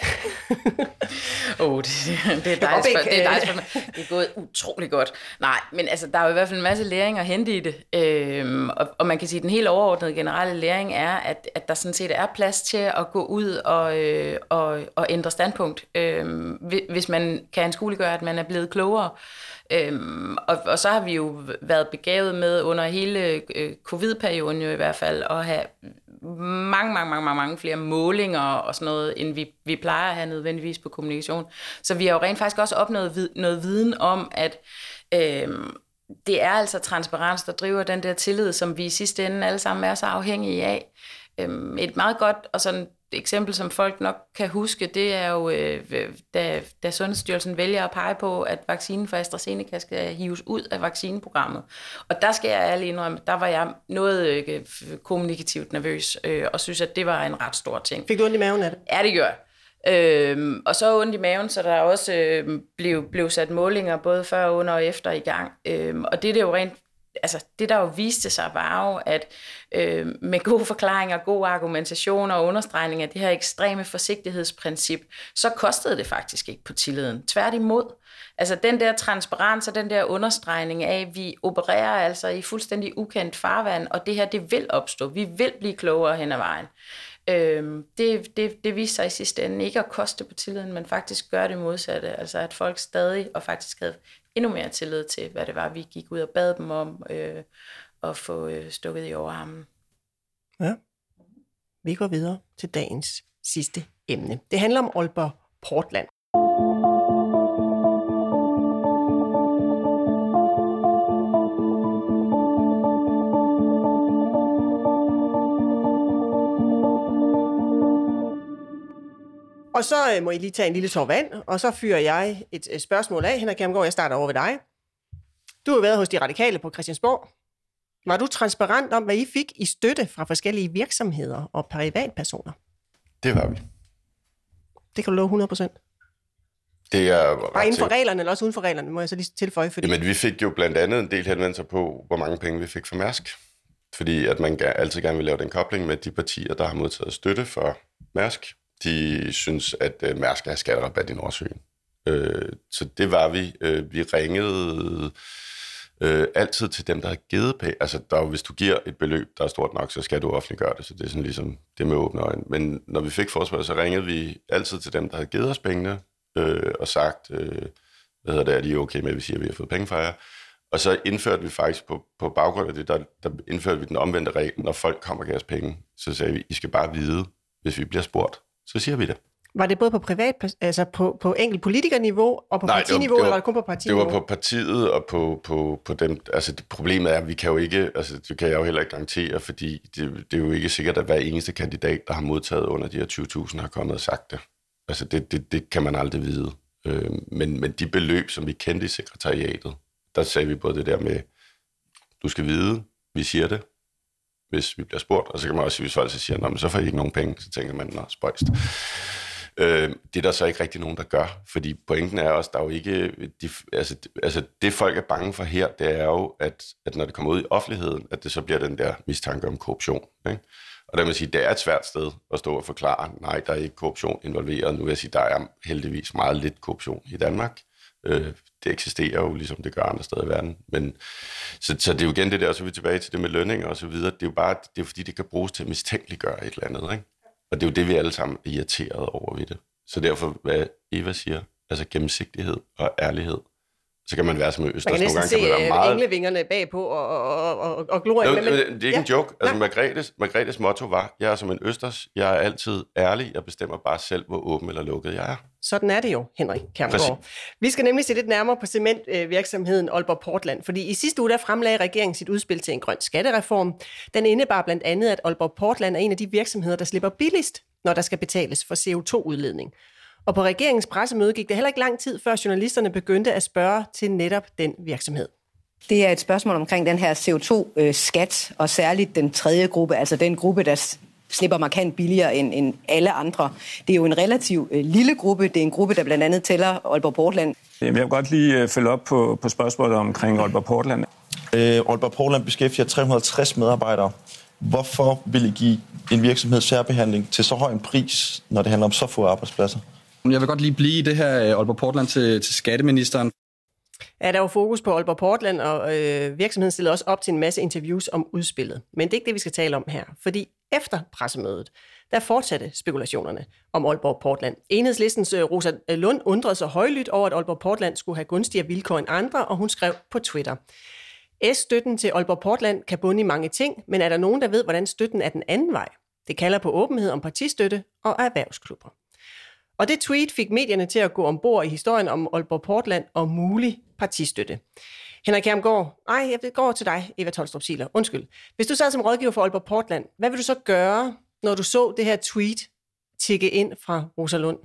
Det er dejligt. Det er gået utrolig godt. Nej, men altså, der er jo i hvert fald en masse læring at hente i det. Og man kan sige, at den helt overordnede generelle læring er, at der sådan set er plads til at gå ud og ændre standpunkt, hvis man kan anskueliggøre, at man er blevet klogere. Og så har vi jo været begavet med under hele covid-perioden jo i hvert fald at have mange flere målinger og sådan noget, end vi plejer at have nødvendigvis på kommunikation. Så vi har jo rent faktisk også opnået noget viden om, at det er altså transparens, der driver den der tillid, som vi i sidste ende alle sammen er så afhængige af. Et meget godt og sådan eksempel, som folk nok kan huske, det er jo, da Sundhedsstyrelsen vælger at pege på, at vaccinen for AstraZeneca skal hives ud af vaccineprogrammet. Og der skal jeg ærligt indrømme, der var jeg noget kommunikativt nervøs, og synes, at det var en ret stor ting. Fik du ondt i maven af det? Ja, det gør og så ondt i maven, så der også blev sat målinger både før, under og efter i gang. Og det er jo rent, altså det der jo viste sig var jo, at med gode forklaringer, god argumentation og understregning af det her ekstreme forsigtighedsprincip, så kostede det faktisk ikke på tilliden. Tværtimod. Altså den der transparens og den der understregning af, at vi opererer altså i fuldstændig ukendt farvand, og det her, det vil opstå. Vi vil blive klogere hen ad vejen. Det viste sig i sidste ende ikke at koste på tilliden, men faktisk gøre det modsatte. Altså at folk stadig og faktisk havde endnu mere tillid til, hvad det var, vi gik ud og bad dem om at få stukket i overarmen. Ja. Vi går videre til dagens sidste emne. Det handler om Aalborg Portland. Og så må I lige tage en lille tår vand, og så fyrer jeg et spørgsmål af. Henrik Kjærgaard, jeg starter over ved dig. Du har været hos De Radikale på Christiansborg. Var du transparent om, hvad I fik i støtte fra forskellige virksomheder og privatpersoner? Det var vi. Det kan du love 100%. Det er bare inden for reglerne, eller også uden for reglerne, må jeg så lige tilføje. Fordi... Jamen, vi fik jo blandt andet en del henvendelser på, hvor mange penge vi fik fra Mærsk. Fordi at man altid gerne vil lave den kobling med de partier, der har modtaget støtte for Mærsk. De synes, at Mærsk er skatterabat i Nordsøen. Så det var vi. Vi ringede altid til dem, der har givet penge. Altså, hvis du giver et beløb, der er stort nok, så skal du offentliggøre det. Så det er sådan ligesom det med åbne øjne. Men når vi fik forespørgsel, så ringede vi altid til dem, der havde givet os pengene, og sagt, er de okay med, at vi siger, at vi har fået penge fra jer. Og så indførte vi faktisk på baggrund af det, der indførte vi den omvendte regel. Når folk kommer og giver os penge, så sagde vi, I skal bare vide, hvis vi bliver spurgt, så siger vi det. Var det både på privat, altså på enkelt politikerniveau og på partiniveau, eller var det kun på partiniveau? Det var på partiet og på dem. Altså problemet er, at vi kan jo ikke, altså det kan jeg jo heller ikke garantere, fordi det er jo ikke sikkert, at hver eneste kandidat, der har modtaget under de her 20.000, har kommet og sagt det. Altså det kan man aldrig vide. Men de beløb, som vi kendte i sekretariatet, der sagde vi både det der med, du skal vide, vi siger det, hvis vi bliver spurgt, og så kan man også sige, hvis folk siger, men så får I ikke nogen penge, så tænker man, spøjst. Det er der så ikke rigtig nogen, der gør, fordi pointen er også, der er jo ikke, det folk er bange for her, det er jo, at når det kommer ud i offentligheden, at det så bliver den der mistanke om korruption, ikke? Og der vil sige, det er et svært sted at stå og forklare, nej, der er ikke korruption involveret. Nu vil jeg sige, der er heldigvis meget lidt korruption i Danmark. Det eksisterer jo, ligesom det gør andre steder i verden. Men, så det er jo igen det der, og så er vi tilbage til det med lønninger og så videre. Det er jo bare, det er fordi, det kan bruges til at mistænkeliggøre et eller andet, ikke? Og det er jo det, vi alle sammen er irriteret over ved det. Så derfor, hvad Eva siger, altså gennemsigtighed og ærlighed, så kan man være som Østers. Man kan næsten se meget... englevingerne bagpå og glorien. Det er ikke en joke. Altså Margrethes motto var, jeg er som en Østers, jeg er altid ærlig, jeg bestemmer bare selv, hvor åben eller lukket jeg er. Sådan er det jo, Henrik Kjærgaard. Vi skal nemlig se lidt nærmere på cementvirksomheden Aalborg Portland, fordi i sidste uge der fremlagde regeringen sit udspil til en grøn skattereform. Den indebar blandt andet, at Aalborg Portland er en af de virksomheder, der slipper billigst, når der skal betales for CO2-udledning. Og på regeringens pressemøde gik det heller ikke lang tid, før journalisterne begyndte at spørge til netop den virksomhed. Det er et spørgsmål omkring den her CO2-skat, og særligt den tredje gruppe, altså den gruppe, der slipper markant billigere end alle andre. Det er jo en relativt lille gruppe. Det er en gruppe, der blandt andet tæller Aalborg Portland. Jeg vil godt lige følge op på spørgsmålet omkring Aalborg Portland. Aalborg Portland beskæftiger 350 medarbejdere. Hvorfor vil I give en virksomhed særbehandling til så høj en pris, når det handler om så få arbejdspladser? Jeg vil godt lige blive i det her Aalborg Portland til skatteministeren. Ja, der var fokus på Aalborg Portland, og virksomheden stillede også op til en masse interviews om udspillet. Men det er ikke det, vi skal tale om her, fordi efter pressemødet, der fortsatte spekulationerne om Aalborg Portland. Enhedslistens Rosa Lund undrede sig højlydt over, at Aalborg Portland skulle have gunstigere vilkår end andre, og hun skrev på Twitter: S-støtten til Aalborg Portland kan bunde i mange ting, men er der nogen, der ved, hvordan støtten er den anden vej? Det kalder på åbenhed om partistøtte og erhvervsklubber. Og det tweet fik medierne til at gå ombord i historien om Aalborg Portland og mulig partistøtte. Henrik Kjærgaard, jeg går til dig, Eva Tolstrup Ziegler. Undskyld. Hvis du sad som rådgiver for Aalborg Portland, hvad vil du så gøre, når du så det her tweet tikke ind fra Rosa Lund?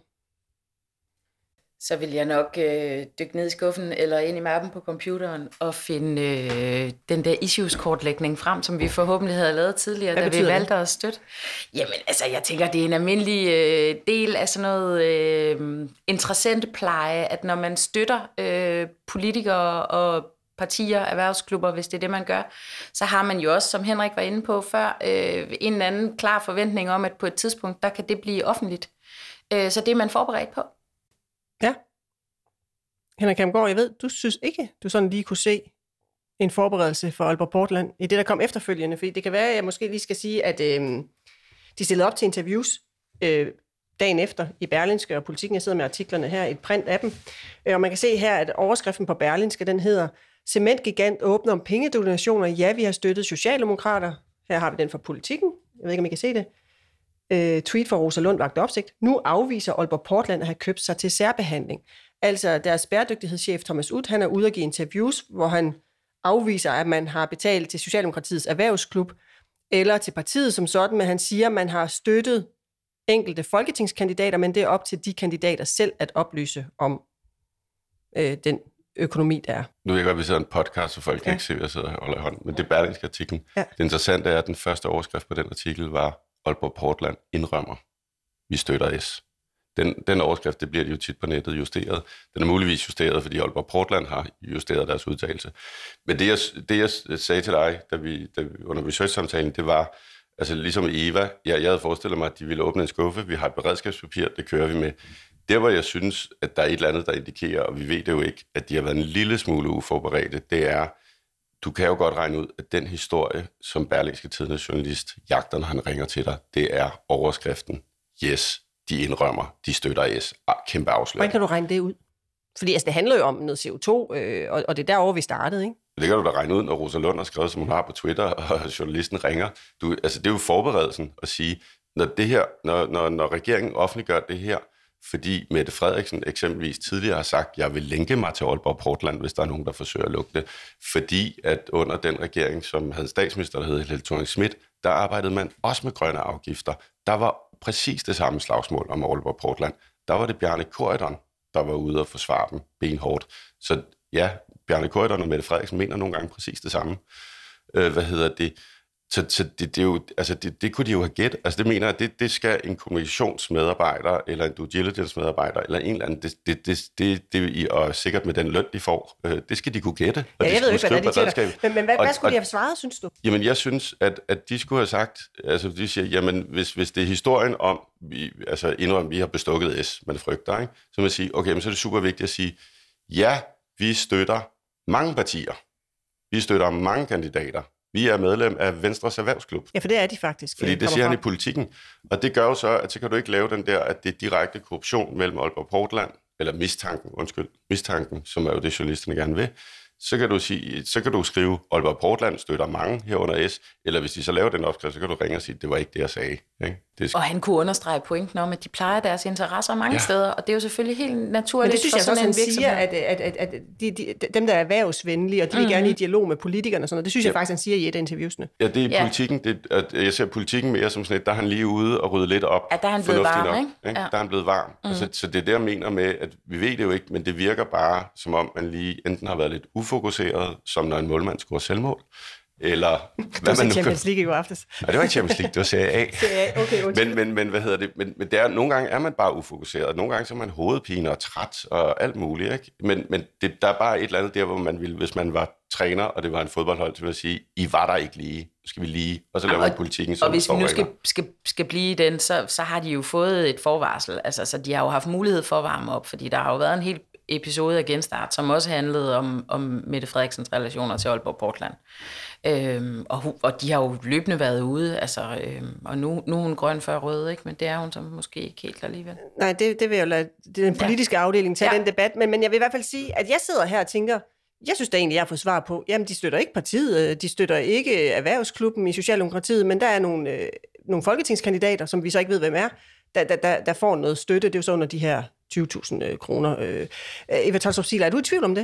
Så vil jeg nok dykke ned i skuffen eller ind i mappen på computeren og finde den der issues-kortlægning frem, som vi forhåbentlig havde lavet tidligere, da vi valgte at støtte. Jamen, altså, jeg tænker, det er en almindelig del af sådan noget interessentpleje, at når man støtter politikere og partier, erhvervsklubber, hvis det er det, man gør, så har man jo også, som Henrik var inde på før, en eller anden klar forventning om, at på et tidspunkt, der kan det blive offentligt. Så det er man forberedt på. Ja. Henrik Kjærgaard, jeg ved, du synes ikke, du sådan lige kunne se en forberedelse for Aalborg Portland i det, der kom efterfølgende, fordi det kan være, at jeg måske lige skal sige, at de stillede op til interviews dagen efter i Berlingske og Politikken. Jeg sidder med artiklerne her, et print af dem, og man kan se her, at overskriften på Berlingske, den hedder: Cementgigant åbner om pengedonationer. Ja, vi har støttet socialdemokrater. Her har vi den fra Politikken. Jeg ved ikke, om I kan se det. tweet fra Rosa Lund vagt opsigt. Nu afviser Aalborg Portland at have købt sig til særbehandling. Altså deres bæredygtighedschef Thomas Uth, han er ude at give interviews, hvor han afviser, at man har betalt til Socialdemokratiets erhvervsklub eller til partiet som sådan, men han siger, at man har støttet enkelte folketingskandidater, men det er op til de kandidater selv at oplyse om den økonomi, der er. Nu ved jeg godt, at vi sidder en podcast, så folk kan ikke se, hvad jeg sidder og holder i hånden, men det er Berlingske artiklen. Ja. Det interessante er, at den første overskrift på den artikel var, Aalborg Portland indrømmer, vi støtter S. Den overskrift, det bliver jo tit på nettet justeret. Den er muligvis justeret, fordi Aalborg Portland har justeret deres udtalelse. Men det jeg sagde til dig, da vi under research-samtalen, det var, altså ligesom Eva, jeg havde forestillet mig, at de ville åbne en skuffe, vi har et beredskabspapir, det kører vi med. Der, hvor jeg synes, at der er et eller andet, der indikerer, og vi ved det jo ikke, at de har været en lille smule uforberedte, det er, du kan jo godt regne ud, at den historie, som Berlingske Tidendes journalist jagter, når han ringer til dig, det er overskriften, yes, de indrømmer, de støtter S. Kæmpe afslag. Hvordan kan du regne det ud? Fordi altså, det handler jo om noget CO2, og det er derovre, vi startede, ikke? Det kan du da regne ud, når Rosa Lund har skrevet, som hun har på Twitter, og journalisten ringer. Altså, det er jo forberedelsen at sige, når regeringen offentliggør det her, fordi Mette Frederiksen eksempelvis tidligere har sagt, jeg vil lænke mig til Aalborg Portland, hvis der er nogen, der forsøger at lukke det. Fordi at under den regering, som havde statsminister, der hed Helle Thorning-Schmidt, der arbejdede man også med grønne afgifter. Der var præcis det samme slagsmål om Aalborg Portland. Der var det Bjarne Corydon, der var ude og forsvare dem benhårdt. Så ja, Bjarne Corydon og Mette Frederiksen mener nogle gange præcis det samme. Så det er jo, altså det kunne de jo have gættet. Altså det mener jeg, det skal en kommunikationsmedarbejder, eller en due diligence medarbejder, eller en eller anden, og sikkert med den løn, de får, det skal de kunne gætte. Ja, jeg ved ikke, hvad de tjener. Men hvad skulle de have svaret, synes du? Jamen, jeg synes, at de skulle have sagt, altså de siger, jamen, hvis det er historien om, vi har bestukket S, man frygter, ikke? Så man siger, okay, men så er det super vigtigt at sige, ja, vi støtter mange partier. Vi støtter mange kandidater. Vi er medlem af Venstres erhvervsklub. Ja, for det er de faktisk. Fordi det siger han i politikken. Og det gør jo så, at så kan du ikke lave den der, at det er direkte korruption mellem Aalborg Portland, eller mistanken, som er jo det, journalisterne gerne vil. Så kan du skrive, Aalborg Portland støtter mange herunder S, eller hvis de så laver den opskrift, så kan du ringe og sige, det var ikke det, jeg sagde. Ikke? Og han kunne understrege pointen om, at de plejer deres interesser mange steder, og det er jo selvfølgelig helt naturligt. Men det synes jeg også, han siger, at dem, der er erhvervsvenlige, og de vil gerne i dialog med politikerne og sådan noget, det synes jeg faktisk, han siger i et af interviewsene. Ja, det er politikken. Jeg ser politikken mere som sådan et, der er han lige ude og rydde lidt op. Ja, der er han blevet varm, ikke? Ja. Der er han blevet varm. Så det er det, jeg mener med, at vi ved det jo ikke, men det virker bare, som om man lige enten har været lidt ufokuseret, som når en målmand scorer selvmål, eller hvad man nu Champions League i går aftes. Nej, det var ikke Champions League, det var Serie A. Okay. Men hvad hedder det? Men det er, nogle gange er man bare ufokuseret, nogle gange så er man hovedpine og træt og alt muligt, ikke? Men der er bare et eller andet der, hvor man ville, hvis man var træner, og det var en fodboldhold, så ville jeg sige, I var der ikke lige, nu skal vi lige, og så laver man politikken. Og hvis vi nu skal blive i den, så har de jo fået et forvarsel, altså så de har jo haft mulighed for at varme op, fordi der har jo været en hel episode af Genstart, som også handlede om Mette Frederiksens relationer til Aalborg Portland. Og de har jo løbende været ude, og nu er hun grøn før rød, ikke? Men det er hun så måske ikke helt alligevel. Nej, det vil jeg jo lade den politiske afdeling tage den debat, men jeg vil i hvert fald sige, at jeg sidder her og tænker, jeg synes da egentlig, jeg har fået svar på, jamen de støtter ikke partiet, de støtter ikke erhvervsklubben i Socialdemokratiet, men der er nogle folketingskandidater, som vi så ikke ved, hvem er, der får noget støtte. Det er jo så under de her 20.000 kroner. Eva Tolstrup Ziegler, er du i tvivl om det?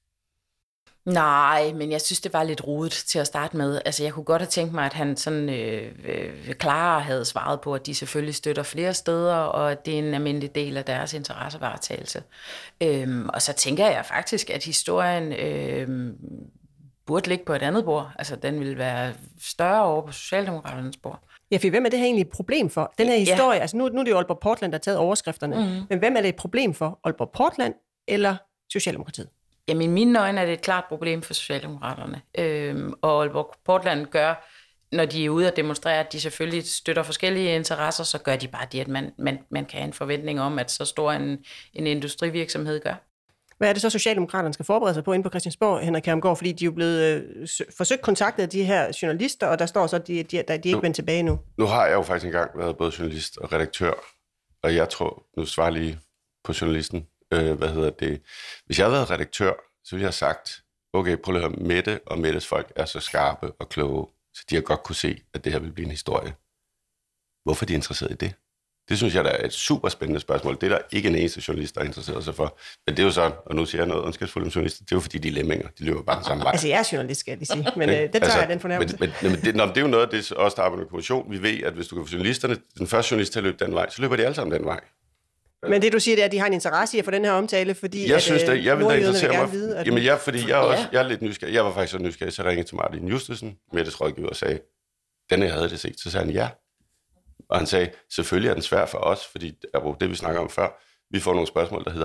Nej, men jeg synes, det var lidt rodet til at starte med. Altså, jeg kunne godt have tænkt mig, at han sådan klarere havde svaret på, at de selvfølgelig støtter flere steder, og at det er en almindelig del af deres interessevaretagelse. Og så tænker jeg faktisk, at historien burde ligge på et andet bord. Altså, den ville være større over på Socialdemokraternes bord. Ja, for hvem er det her egentlig et problem for? Den her historie, altså nu er det jo Aalborg Portland, der har taget overskrifterne, men hvem er det et problem for? Aalborg Portland eller Socialdemokratiet? Jamen, i mine øjne er det et klart problem for Socialdemokraterne. Og Aalborg Portland gør, når de er ude og demonstrere, at de selvfølgelig støtter forskellige interesser, så gør de bare det, at man kan have en forventning om, at så stor en industrivirksomhed gør. Hvad er det så, Socialdemokraterne skal forberede sig på inde på Christiansborg, Henrik Kjærumgaard, fordi de er jo blevet forsøgt kontaktet af de her journalister, og der står så, at de ikke vendt tilbage nu? Nu har jeg jo faktisk engang været både journalist og redaktør, og jeg tror, nu svarer lige på journalisten, hvis jeg havde været redaktør, så ville jeg have sagt, okay, prøv at høre, Mette og Mettes folk er så skarpe og kloge, så de har godt kunne se, at det her vil blive en historie. hvorfor de er interesseret i det. Det synes jeg, der er et super spændende spørgsmål. Det er der ikke en eneste journalist, der er interesseret sig for. Men det er jo så, og nu siger jeg noget ondskabsfuldt om journalister, det er jo fordi, de er lemminger. De løber bare den samme vej. Altså, jeg er journalist, skal jeg lige sige, men det tager jeg den fornærmelse. Men det er jo noget af det, også der arbejder med kommission. Vi ved, at hvis du kan få journalisterne, den første journalist til at løbe den vej, så løber de alle sammen den vej. Men det, du siger, det er, at de har en interesse i at få den her omtale, fordi jeg synes, jeg vil da interessere mig. Vide, at jamen, jeg er lidt nysgerrig. Jeg var faktisk så nysgerrig, så jeg ringede til Martin Justesen, Mettes rådgiver, og sagde, den her havde det set. Så sagde han ja. Og han sagde, selvfølgelig er den svær for os, fordi det vi snakker om før, vi får nogle spørgsmål, der hedder,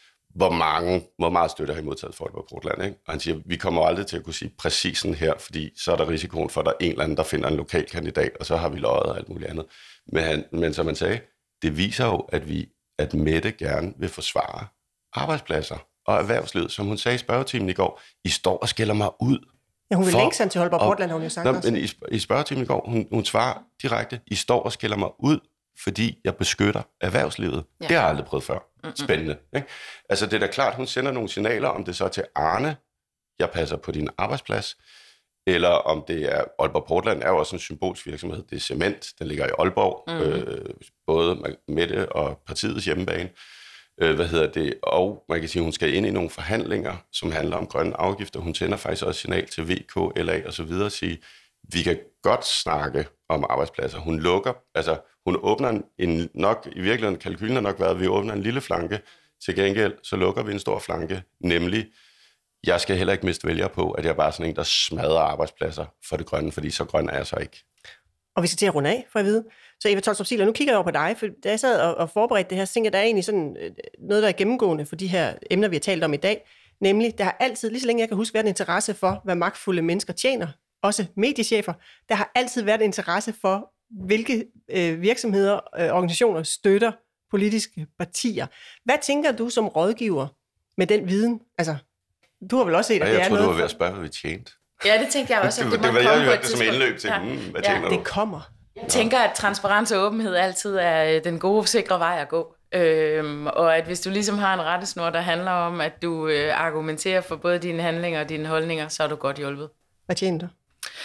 hvor meget støtte har I modtaget for Aalborg Portland, ikke? Og han siger, vi kommer aldrig til at kunne sige præcis sådan her, fordi så er der risikoen for, at der er en eller anden, der finder en lokal kandidat, og så har vi løjet og alt muligt andet. Men som han sagde, det viser jo, at Mette gerne vil forsvare arbejdspladser og erhvervslivet, som hun sagde i spørgetimen i går. I står og skælder mig ud. Ja, hun vil længe sende til Aalborg Portland, har hun jo sagt også. Men i spørgetimen i går, hun svarer direkte, I står og skælder mig ud, fordi jeg beskytter erhvervslivet. Ja. Det har jeg aldrig prøvet før. Spændende. Ikke? Altså det er da klart, hun sender nogle signaler, om det så er til Arne, jeg passer på din arbejdsplads, eller om det er Aalborg Portland, er jo også en symbolsk virksomhed. Det er cement, den ligger i Aalborg, både Mette og partiets hjemmebane. Og man kan sige, at hun skal ind i nogle forhandlinger, som handler om grønne afgifter. Hun sender faktisk også signal til VK, LA og så videre, og siger, vi kan godt snakke om arbejdspladser. Hun åbner i virkeligheden, kalkylen har nok været, at vi åbner en lille flanke. Til gengæld, så lukker vi en stor flanke, nemlig, jeg skal heller ikke miste vælgere på, at jeg bare er sådan en, der smadrer arbejdspladser for det grønne, fordi så grøn er jeg så ikke. Og vi skal til at runde af, for at vide. Så Eva Tolstrup Ziegler, nu kigger jeg over på dig, for da jeg sad og forberedte det her, så tænker jeg, der er egentlig sådan noget, der er gennemgående for de her emner, vi har talt om i dag. Nemlig, der har altid, lige så længe jeg kan huske, været en interesse for, hvad magtfulde mennesker tjener. Også mediechefer. Der har altid været interesse for, hvilke virksomheder og organisationer støtter politiske partier. Hvad tænker du som rådgiver med den viden? Altså, du har vel også set, at det er noget... Jeg troede, du var ved at spørge, hvad vi tjente. Ja, det tænkte jeg også. Det var jeg jo hørte som indløb til. Hvad tjener du? Det kommer. Jeg tænker, at transparens og åbenhed altid er den gode, sikre vej at gå. Og at hvis du ligesom har en rettesnor, der handler om, at du argumenterer for både dine handlinger og dine holdninger, så er du godt hjulpet. Hvad tjener du?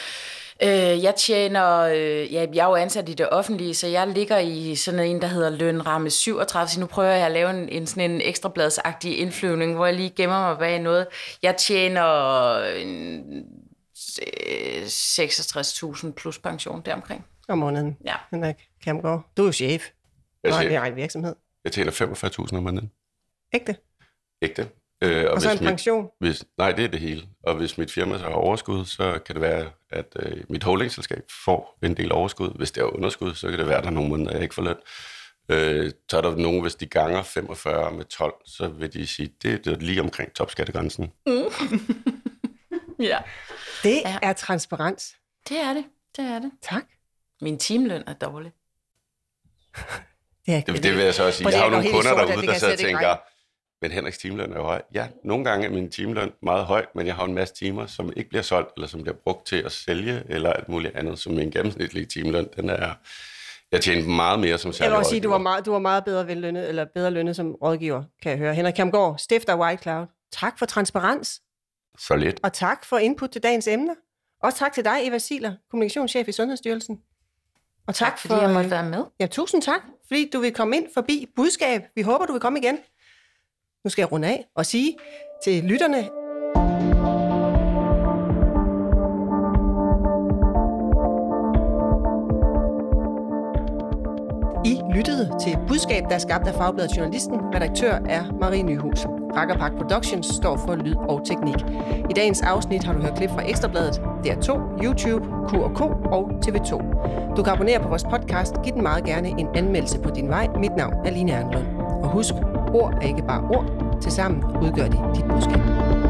Jeg tjener, jeg er jo ansat i det offentlige, så jeg ligger i sådan en, der hedder lønramme 37, så nu prøver jeg at lave sådan en ekstrabladsagtig indflyvning, hvor jeg lige gemmer mig bag noget. Jeg tjener 66.000 plus pension deromkring. Om måneden. Ja. Henrik Kjærgaard. Du er jo chef. Du har en egen virksomhed. Jeg tjener 45.000 om måneden. Ægte? Ægte. Og så en pension? Nej, det er det hele. Og hvis mit firma så har overskud, så kan det være, at mit holdingselskab får en del overskud. Hvis det er underskud, så kan det være, at der er nogle måneder, jeg ikke får løn. Så er der nogen, hvis de ganger 45 med 12, så vil de sige, det er lige omkring topskattegrænsen. Ja. Det er transparens. Det er det. Tak. Min timeløn er dårlig. Det vil jeg så også sige. Jeg har jo nogle kunder derude, der sidder og tænker, men Henriks timeløn er jo høj. Ja, nogle gange er min timeløn meget høj, men jeg har en masse timer, som ikke bliver solgt, eller som bliver brugt til at sælge, eller alt muligt andet, som min gennemsnitlige timeløn, den er... Jeg tjener meget mere som særlig rådgiver. Jeg vil også sige, du var meget bedre lønnet som rådgiver, kan jeg høre. Henrik Kjærgaard, stifter White Cloud. Tak for transparens. Så lidt. Og tak for input til dagens emner. Og tak til dig, Eva Ziegler, kommunikationschef i Sundhedsstyrelsen. Og tak fordi jeg måtte være med. Ja, tusind tak, fordi du vil komme ind forbi budskab. Vi håber, du vil komme igen. Nu skal jeg runde af og sige til lytterne, I lyttede til budskab, der er skabt af Fagbladet Journalisten. Redaktør er Marie Nyhus. Rakkerpak Productions står for lyd og teknik. I dagens afsnit har du hørt klip fra Ekstrabladet, DR2, YouTube, Q&K og TV2. Du kan abonnere på vores podcast. Giv den meget gerne en anmeldelse på din vej. Mit navn er Line Ernlund. Og husk, ord er ikke bare ord. Tilsammen udgør de dit budskab.